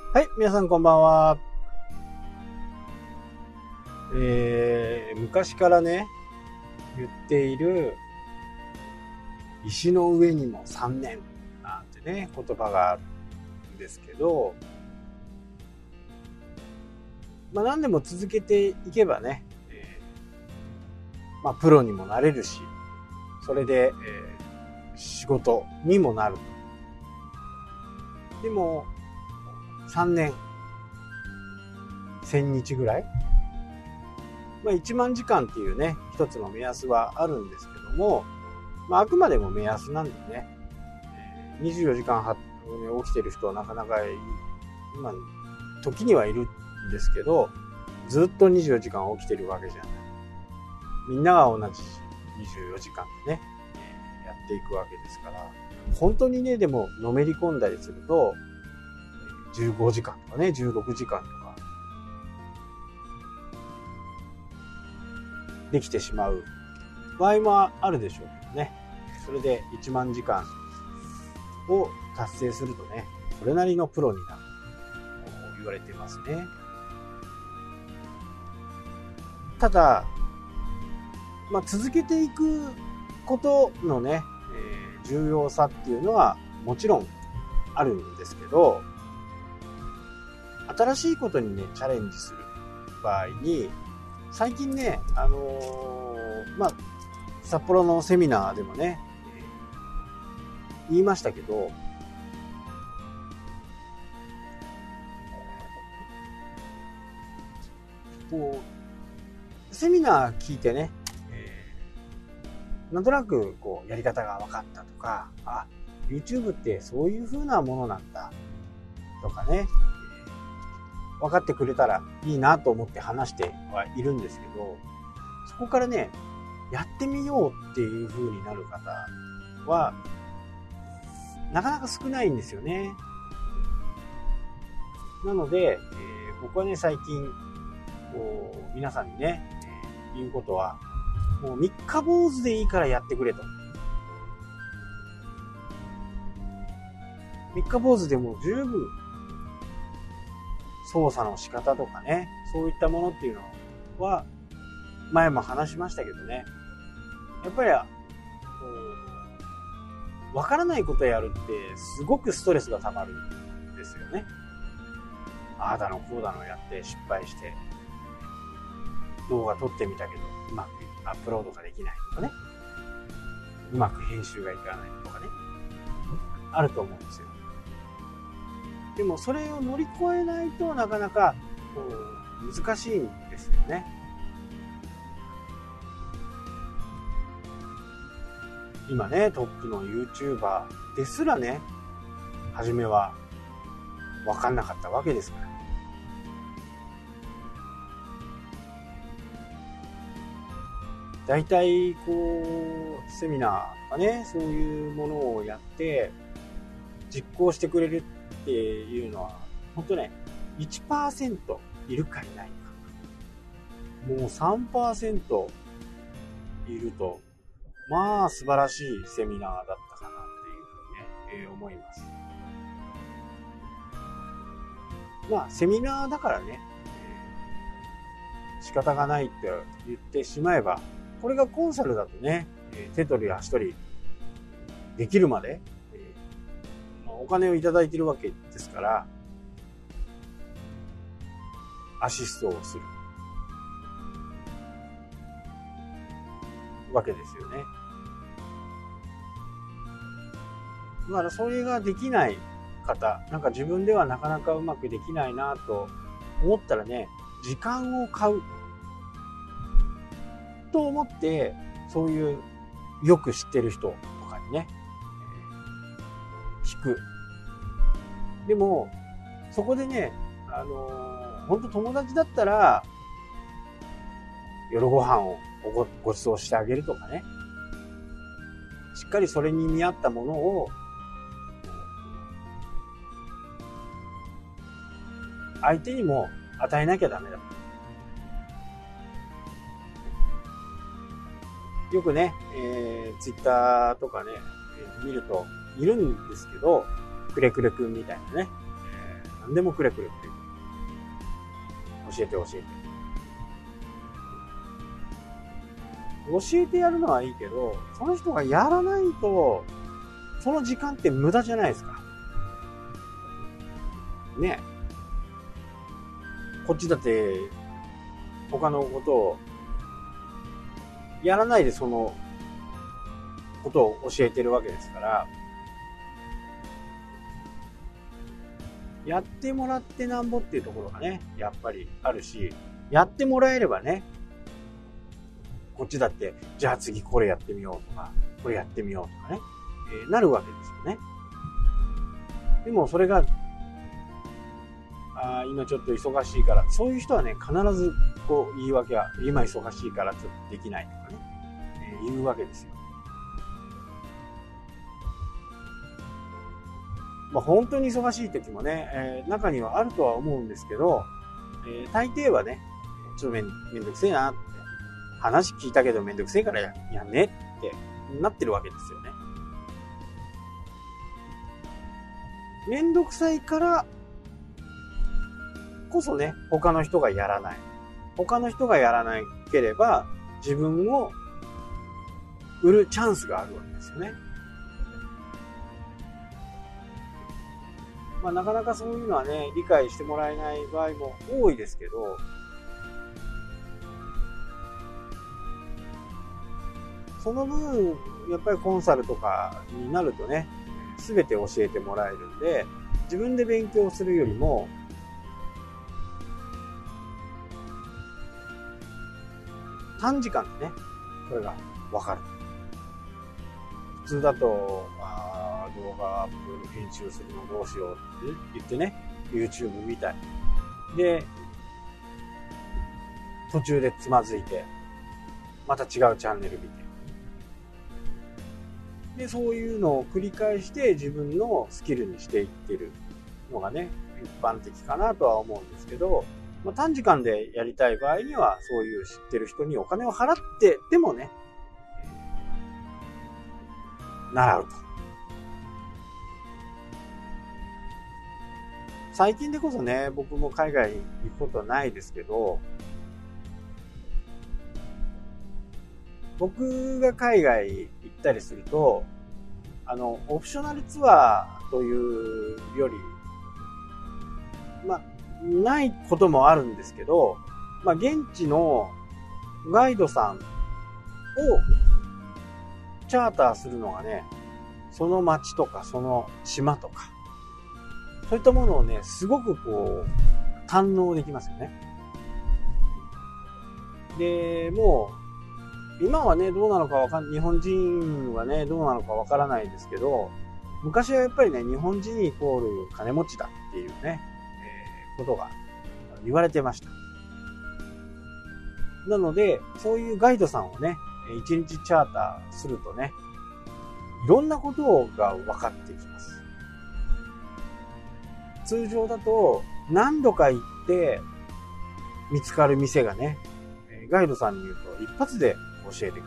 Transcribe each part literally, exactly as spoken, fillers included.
はい、皆さんこんばんは。えー、昔からね、言っている、石の上にもさんねんなんてね、言葉があるんですけど、まあ何でも続けていけばね、えー、まあプロにもなれるし、それで、えー、仕事にもなる。でも、さんねん、せんにちぐらい、まあ、いちまんじかんっていうね、一つの目安はあるんですけども、まあ、あくまでも目安なんでね、にじゅうよじかん起きてる人はなかなか、まあ、時にはいるんですけど、ずっとにじゅうよじかん起きてるわけじゃない。みんなが同じにじゅうよじかんでね、やっていくわけですから、本当にね、でも、のめり込んだりすると、じゅうごじかんとかね、じゅうろくじかんとか、できてしまう場合もあるでしょうけどね。それでいちまんじかんを達成するとね、それなりのプロになると言われていますね。ただ、まあ、続けていくことのね、えー、重要さっていうのはもちろんあるんですけど、新しいことにね、チャレンジする場合に、最近ね、あのー、まあ、札幌のセミナーでもね、えー、言いましたけど、こう、セミナー聞いてね、えー、なんとなくこうやり方が分かったとか、あ、YouTube ってそういう風なものなんだとかね、分かってくれたらいいなと思って話してはいるんですけど、そこからね、やってみようっていう風になる方はなかなか少ないんですよね。なので、えー、僕はね、最近こう皆さんにね、えー、言うことは、もう三日坊主でいいからやってくれと。三日坊主でも十分操作の仕方とかね、そういったものっていうのは前も話しましたけどね、やっぱりわからないことやるってすごくストレスがたまるんですよね。ああだのこうだのやって失敗して動画撮ってみたけどうまくアップロードができないとかね、うまく編集がいかないとかね、あると思うんですよ。でもそれを乗り越えないとなかなかこう難しいんですよね。今ね、トップの YouTuber ですらね、初めは分かんなかったわけですから。大体こうセミナーがね、そういうものをやって実行してくれるっていうのは本当ね いちパーセント いるかいないか、もう さんパーセント いるとまあ素晴らしいセミナーだったかなっていうふうにね、えー、思います。まあセミナーだからね、えー、仕方がないって言ってしまえば、これがコンサルだとね、えー、手取り足取りできるまで、えー、お金をいただいているわけですから、アシストをするわけですよね。だからそれができない方、なんか自分ではなかなかうまくできないなと思ったらね、時間を買うと思って、そういうよく知ってる人とかにね、聞く。でもそこでね、あのー、本当友達だったら夜ご飯を ご, ご馳走してあげるとかね、しっかりそれに見合ったものを相手にも与えなきゃダメだ。よくね、えー、ツイッターとかね、えー、見るといるんですけど、くれくれくんみたいなね、えー、 何でもくれくれくれ。教えて教えて。教えてやるのはいいけど、その人がやらないと、その時間って無駄じゃないですか。ね。こっちだって、他のことを、やらないでその、ことを教えてるわけですから、やってもらってなんぼっていうところがね、やっぱりあるし、やってもらえればね、こっちだって、じゃあ次これやってみようとか、これやってみようとかね、えー、なるわけですよね。でもそれが、あ今ちょっと忙しいから、そういう人はね、必ずこう言い訳は、今忙しいからちょっとできないとかね、えー、言うわけですよ。まあ本当に忙しい時もね、えー、中にはあるとは思うんですけど、えー、大抵はね、ちょっとめん、めんどくせえなって、話聞いたけどめんどくせえからや、やんねってなってるわけですよね。めんどくさいからこそね、他の人がやらない。他の人がやらなければ自分を売るチャンスがあるわけですよね。まあなかなかそういうのはね、理解してもらえない場合も多いですけど、その分、やっぱりコンサルとかになるとね、すべて教えてもらえるんで、自分で勉強するよりも、短時間でね、これがわかる。普通だと、あー動画アップ編集するのどうしようって言ってね、YouTube 見たり。で、途中でつまずいて、また違うチャンネル見て。で、そういうのを繰り返して自分のスキルにしていってるのがね、一般的かなとは思うんですけど、まあ、短時間でやりたい場合には、そういう知ってる人にお金を払ってでもね、習うと。最近でこそね、僕も海外に行くことはないですけど、僕が海外行ったりすると、あの、オプショナルツアーというより、まあ、ないこともあるんですけど、まあ、現地のガイドさんをチャーターするのがね、その町とかその島とか、そういったものをね、すごくこう、堪能できますよね。で、もう、今はね、どうなのかわかん、日本人はね、どうなのかわからないですけど、昔はやっぱりね、日本人イコール金持ちだっていうね、えー、ことが言われてました。なので、そういうガイドさんをね、一日チャーターするとね、いろんなことが分かってきます。通常だと何度か行って見つかる店がね、ガイドさんに言うと一発で教えてくれる。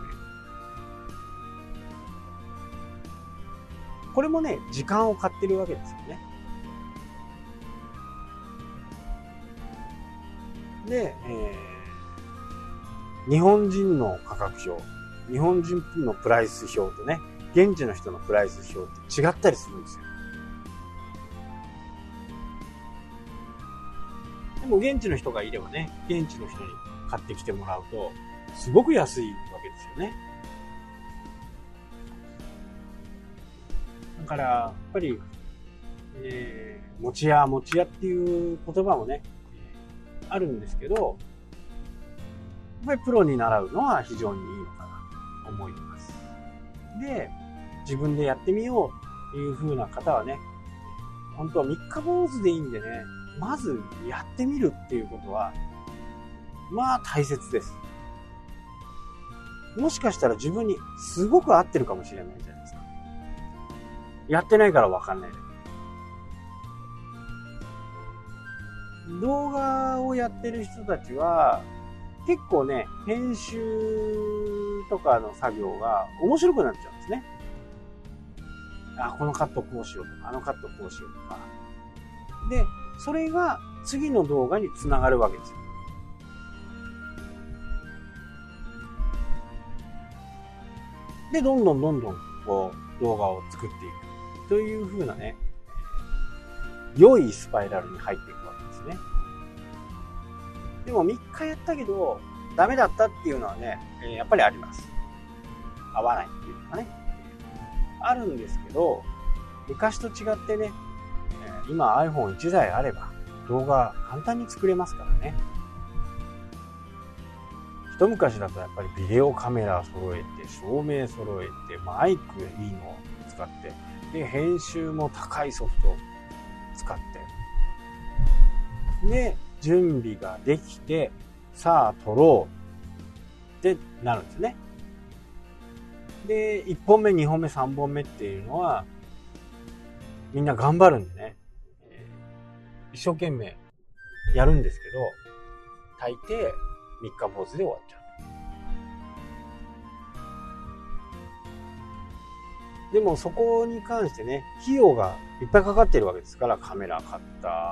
これもね、時間を買ってるわけですよね。で、えー、日本人の価格表、日本人のプライス表とね、現地の人のプライス表って違ったりするんですよ。でも現地の人がいればね、現地の人に買ってきてもらうと、すごく安いわけですよね。だから、やっぱり、えー、持ち屋持ち屋っていう言葉もね、あるんですけど、やっぱりプロに習うのは非常にいいのかなと思います。で、自分でやってみようっていう風な方はね、本当は三日坊主でいいんでね、まずやってみるっていうことは、まあ大切です。もしかしたら自分にすごく合ってるかもしれないじゃないですか。やってないからわかんない。動画をやってる人たちは、結構ね、編集とかの作業が面白くなっちゃうんですね。あ、このカットこうしようとか、あのカットこうしようとか。で、 それが次の動画につながるわけですよ。で、どんどんどんどんこう動画を作っていくという風なね、良いスパイラルに入っていくわけですね。でもみっかやったけどダメだったっていうのはね、やっぱりあります。合わないっていうのがね、あるんですけど、昔と違ってね、今 アイフォンいち 台あれば動画簡単に作れますからね。一昔だとやっぱりビデオカメラ揃えて、照明揃えて、マイクいいのを使って、で、編集も高いソフトを使って、で、準備ができて、さあ撮ろうってなるんですね。で、いっぽんめ、にほんめ、さんぼんめっていうのは、みんな頑張るんでね、えー、一生懸命やるんですけど、大抵みっか坊主で終わっちゃう。でもそこに関してね、費用がいっぱいかかってるわけですから、カメラ買った、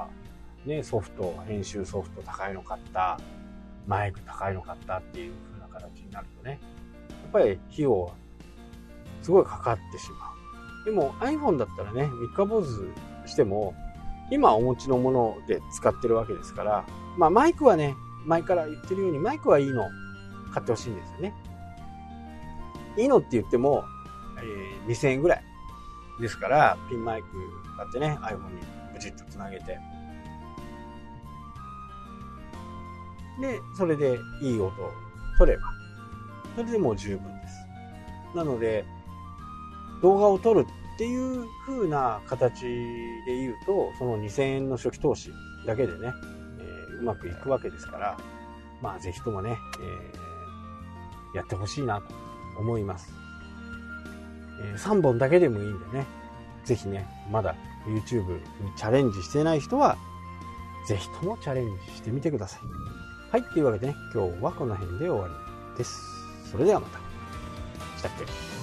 ね、ソフト、編集ソフト高いの買った、マイク高いの買ったっていう風な形になるとね、やっぱり費用はすごいかかってしまう。でも iPhone だったらね、みっか坊主しても、今お持ちのもので使ってるわけですから、まあマイクはね、前から言ってるようにマイクはいいの買ってほしいんですよね。いいのって言っても、えー、にせんえんぐらいですから、ピンマイク買ってね、iPhone にブチッとつなげて、で、それでいい音を取れば、それでもう十分です。なので、動画を撮るっていう風な形で言うと、そのにせんえんの初期投資だけでね、えー、うまくいくわけですから、まあぜひともね、えー、やってほしいなと思います。えー、さんぼんだけでもいいんでね、ぜひね、まだ YouTube にチャレンジしてない人は、ぜひともチャレンジしてみてください。はい、というわけでね、今日はこの辺で終わりです。それではまた。したっけ